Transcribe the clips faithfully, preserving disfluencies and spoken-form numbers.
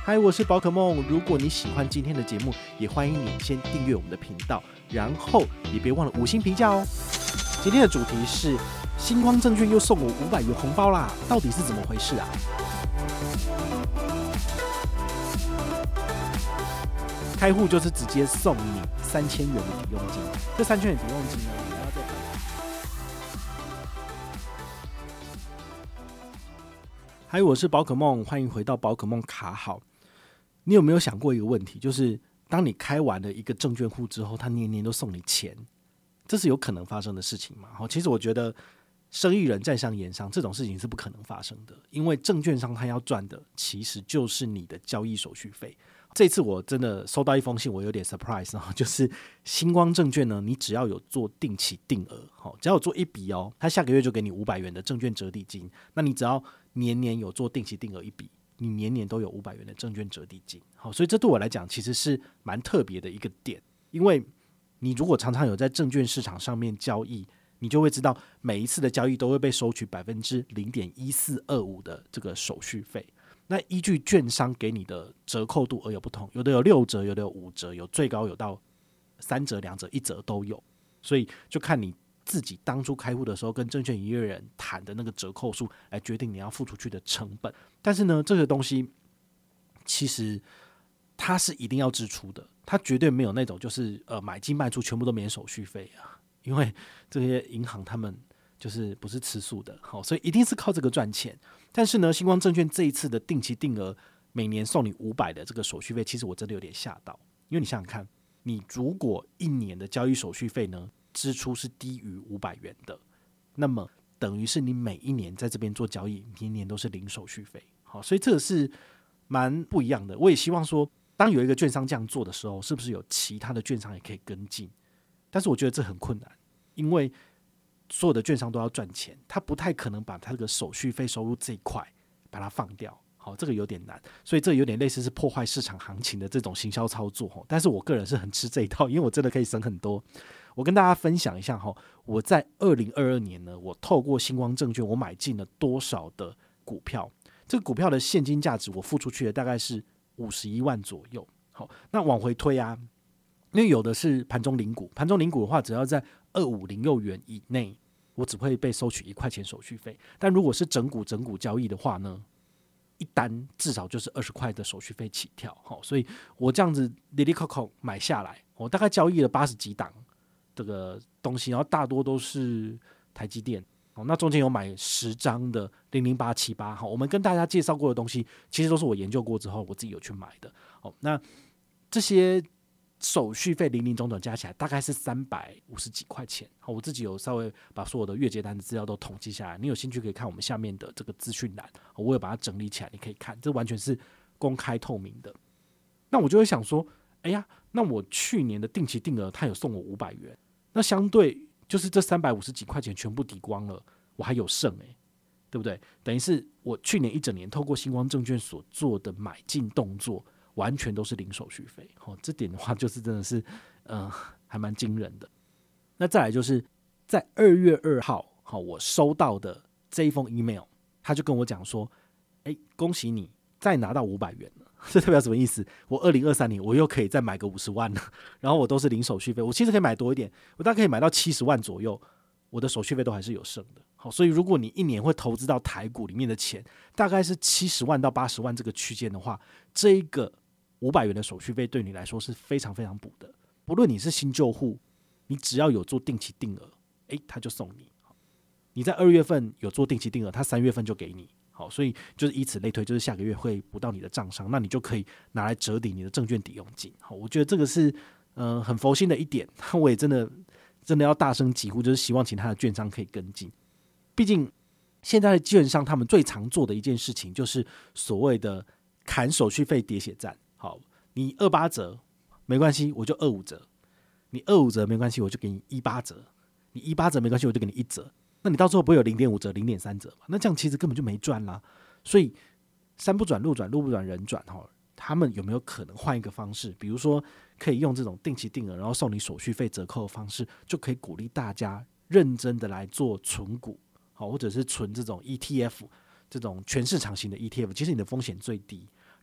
嗨，我是宝可梦。如果你喜欢今天的节目，也欢迎你先订阅我们的频道，然后也别忘了五星评价哦。今天的主题是星光证券又送我五百元红包啦，到底是怎么回事啊？开户就是直接送你三千元的抵用金，这三千元抵用金呢，你要再嗨，我是宝可梦，欢迎回到宝可梦卡好。你有没有想过一个问题，就是当你开完了一个证券户之后，他年年都送你钱，这是有可能发生的事情吗？其实我觉得生意人在商言商，这种事情是不可能发生的，因为证券商他要赚的其实就是你的交易手续费。这次我真的收到一封信，我有点 surprise， 就是星光证券呢，你只要有做定期定额，只要有做一笔哦，他下个月就给你五百元的证券折抵金，那你只要年年有做定期定额一笔，你年年都有五百元的证券折抵金。好，所以这对我来讲其实是蛮特别的一个点，因为你如果常常有在证券市场上面交易，你就会知道每一次的交易都会被收取百分之零点一四二五的这个手续费。那依据券商给你的折扣度而有不同，有的有六折，有的有五折，有最高有到三折、两折、一折都有，所以就看你自己当初开户的时候跟证券营业人谈的那个折扣数来决定你要付出去的成本。但是呢，这个东西其实它是一定要支出的，它绝对没有那种就是呃买进卖出全部都免手续费啊，因为这些银行他们就是不是吃素的，好，所以一定是靠这个赚钱。但是呢，星光证券这一次的定期定额每年送你五百的这个手续费，其实我真的有点吓到，因为你想想看，你如果一年的交易手续费呢支出是低于五百元的，那么等于是你每一年在这边做交易，年年都是零手续费。好，所以这个是蛮不一样的。我也希望说，当有一个券商这样做的时候，是不是有其他的券商也可以跟进？但是我觉得这很困难，因为所有的券商都要赚钱，他不太可能把他这个手续费收入这一块把它放掉。好，这个有点难，所以这有点类似是破坏市场行情的这种行销操作。但是我个人是很吃这一套，因为我真的可以省很多。我跟大家分享一下，我在二零二二年呢，我透过星光证券，我买进了多少的股票？这个股票的现金价值，我付出去的大概是五十一万左右。好，那往回推啊，因为有的是盘中零股，盘中零股的话，只要在二五零六元以内，我只会被收取一块钱手续费。但如果是整股整股交易的话呢，一单至少就是二十块的手续费起跳。所以我这样子哩哩扣扣买下来，我大概交易了八十几档这个东西，然后大多都是台积电。那中间有买十张的零零八七八，我们跟大家介绍过的东西，其实都是我研究过之后我自己有去买的。那这些手续费零零总总加起来大概是三百五十几块钱，我自己有稍微把所有的月结单的资料都统计下来，你有兴趣可以看我们下面的这个资讯栏，我有把它整理起来，你可以看，这完全是公开透明的。那我就会想说，哎呀，那我去年的定期定额他有送我五百元，那相对就是这三百五十几块钱全部抵光了，我还有剩欸，对不对？等于是我去年一整年透过星光证券所做的买进动作完全都是零手续费。哦，这点的话就是真的是呃还蛮惊人的。那再来就是在二月二号，哦，我收到的这一封 email， 他就跟我讲说，哎，恭喜你再拿到五百元了。这代表什么意思？我二零二三年我又可以再买个五十万了，然后我都是零手续费，我其实可以买多一点，我大概可以买到七十万左右，我的手续费都还是有剩的。好，所以如果你一年会投资到台股里面的钱，大概是七十万到八十万这个区间的话，这一个五百元的手续费对你来说是非常非常补的。不论你是新旧户，你只要有做定期定额，诶，他就送你。你在二月份有做定期定额，他三月份就给你。好，所以就是以此类推，就是下个月会补到你的账上，那你就可以拿来折抵你的证券抵用金。好，我觉得这个是呃很佛心的一点，我也真的真的要大声疾呼，就是希望其他的券商可以跟进。毕竟现在的券商他们最常做的一件事情就是所谓的砍手续费喋血战。好，你二八折没关系，我就二五折；你二五折没关系，我就给你一八折；你一八折没关系，我就给你一折。那你到时候不会有零点五折、零点三折嘛？那这样其实根本就没赚啦。所以山不转路转，路不转人转，他们有没有可能换一个方式？比如说可以用这种定期定额，然后送你手续费折扣的方式，就可以鼓励大家认真的来做存股，或者是存这种 E T F， 这种全市场型的 E T F， 其实你的风险最低，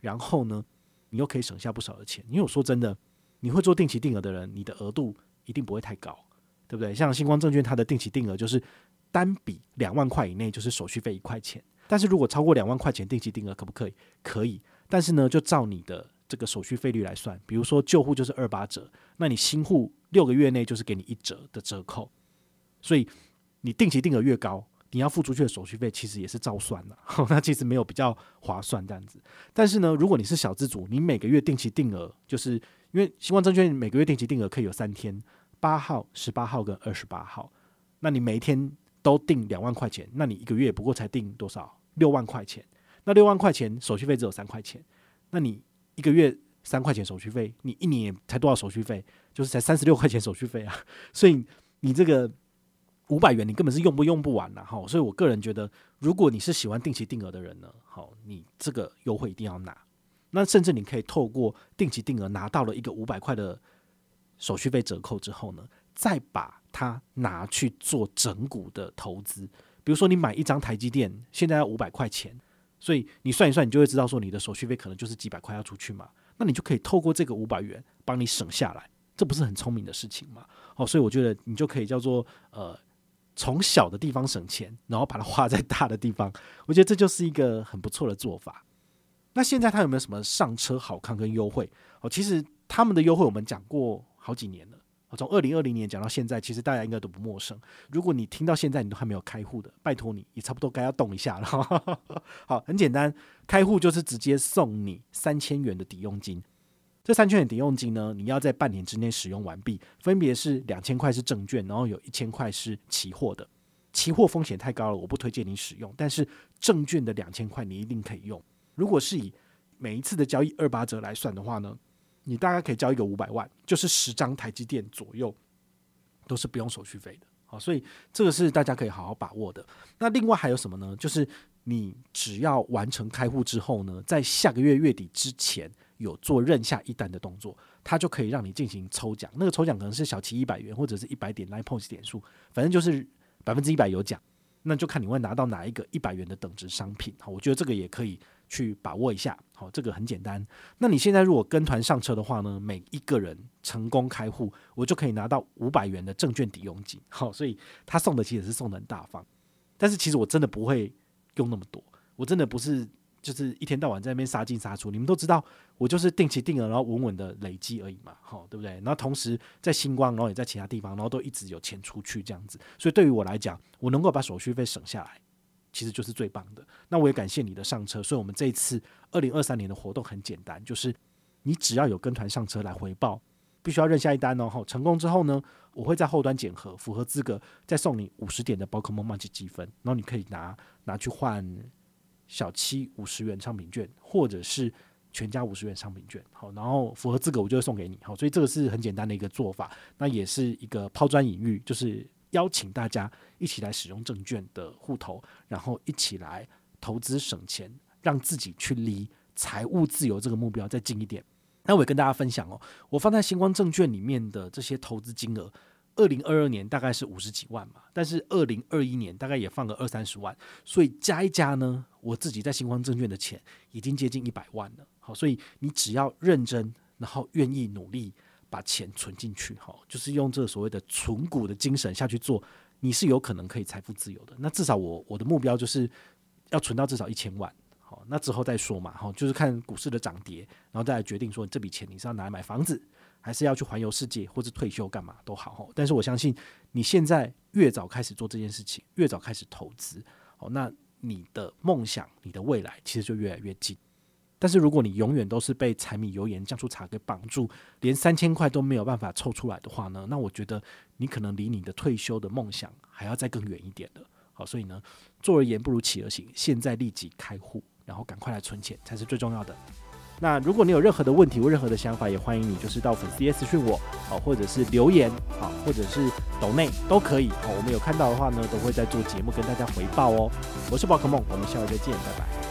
然后呢，你又可以省下不少的钱。因为我说真的，你会做定期定额的人，你的额度一定不会太高，对不对？像星光证券它的定期定额就是单笔两万块以内就是手续费一块钱，但是如果超过两万块钱定期定额可不可以？可以，但是呢就照你的这个手续费率来算，比如说旧户就是二八折，那你新户六个月内就是给你一折的折扣，所以你定期定额越高，你要付出去的手续费其实也是照算的，那其实没有比较划算这样子。但是呢，如果你是小资主，你每个月定期定额，就是因为星光证券每个月定期定额可以有三天，八号、十八号跟二十八号，那你每一天都定两万块钱，那你一个月不过才定多少？六万块钱。那六万块钱手续费只有三块钱，那你一个月三块钱手续费，你一年才多少手续费？就是才三十六块钱手续费啊！所以你这个五百元你根本是用不用不完啦。所以我个人觉得，如果你是喜欢定期定额的人呢，好，你这个优惠一定要拿。那甚至你可以透过定期定额拿到了一个五百块的手续费折扣之后呢，再把它拿去做整股的投资。比如说你买一张台积电，现在要五百块钱，所以你算一算，你就会知道说你的手续费可能就是几百块要出去嘛。那你就可以透过这个五百元帮你省下来，这不是很聪明的事情吗？哦，所以我觉得你就可以叫做呃，从小的地方省钱，然后把它花在大的地方。我觉得这就是一个很不错的做法。那现在它有没有什么上车好康跟优惠？哦，其实他们的优惠我们讲过好几年了。从二零二零年讲到现在，其实大家应该都不陌生。如果你听到现在你都还没有开户的，拜托你也差不多该要动一下了。好，很简单，开户就是直接送你三千元的抵用金。这三千元抵用金呢，你要在半年之内使用完毕，分别是两千块是证券，然后有一千块是期货的。期货风险太高了，我不推荐你使用，但是证券的两千块你一定可以用。如果是以每一次的交易二八折来算的话呢，你大概可以交一个五百万，就是十张台积电左右，都是不用手续费的。好，所以这个是大家可以好好把握的。那另外还有什么呢？就是你只要完成开户之后呢，在下个月月底之前有做认下一单的动作，它就可以让你进行抽奖。那个抽奖可能是小七一百元，或者是一百点 Line Points 点数，反正就是百分之一百有奖。那就看你会拿到哪一个一百元的等值商品。好，我觉得这个也可以去把握一下。好，这个很简单。那你现在如果跟团上车的话呢，每一个人成功开户，我就可以拿到五百元的证券抵用金。好，所以他送的其实是送的很大方。但是其实我真的不会用那么多，我真的不是就是一天到晚在那边杀进杀出。你们都知道，我就是定期定额，然后稳稳的累积而已嘛，好，对不对？然后同时在星光，然后也在其他地方，然后都一直有钱出去这样子。所以对于我来讲，我能够把手续费省下来，其实就是最棒的。那我也感谢你的上车。所以我们这一次二零二三年的活动很简单，就是你只要有跟团上车来回报，必须要认下一单哦。成功之后呢，我会在后端检核，符合资格再送你五十点的宝可梦 Magic 积分，然后你可以拿拿去换小七五十元商品券，或者是全家五十元商品券。好，然后符合资格我就会送给你。好，所以这个是很简单的一个做法，那也是一个抛砖引玉，就是邀请大家一起来使用证券的户头，然后一起来投资省钱，让自己去离财务自由这个目标再近一点。那我也跟大家分享哦，我放在星光证券里面的这些投资金额，二零二二年大概是五十几万嘛，但是二零二一年大概也放个二三十万，所以加一加呢，我自己在星光证券的钱已经接近一百万了。好，所以你只要认真，然后愿意努力把钱存进去，好，就是用这所谓的存股的精神下去做，你是有可能可以财富自由的。那至少我我的目标就是要存到至少一千万。好，那之后再说嘛，好，就是看股市的涨跌，然后再来决定说这笔钱你是要拿来买房子，还是要去环游世界，或者退休干嘛都好。但是我相信你现在越早开始做这件事情，越早开始投资，那你的梦想，你的未来其实就越来越近。但是如果你永远都是被柴米油盐酱醋茶给绑住，连三千块都没有办法凑出来的话呢，那我觉得你可能离你的退休的梦想还要再更远一点的。好，所以呢，坐而言不如起而行，现在立即开户，然后赶快来存钱才是最重要的。那如果你有任何的问题或任何的想法，也欢迎你就是到粉丝页私讯我，或者是留言，或者是抖内都可以。我们有看到的话呢，都会在做节目跟大家回报哦。我是宝可梦，我们下回再见，拜拜。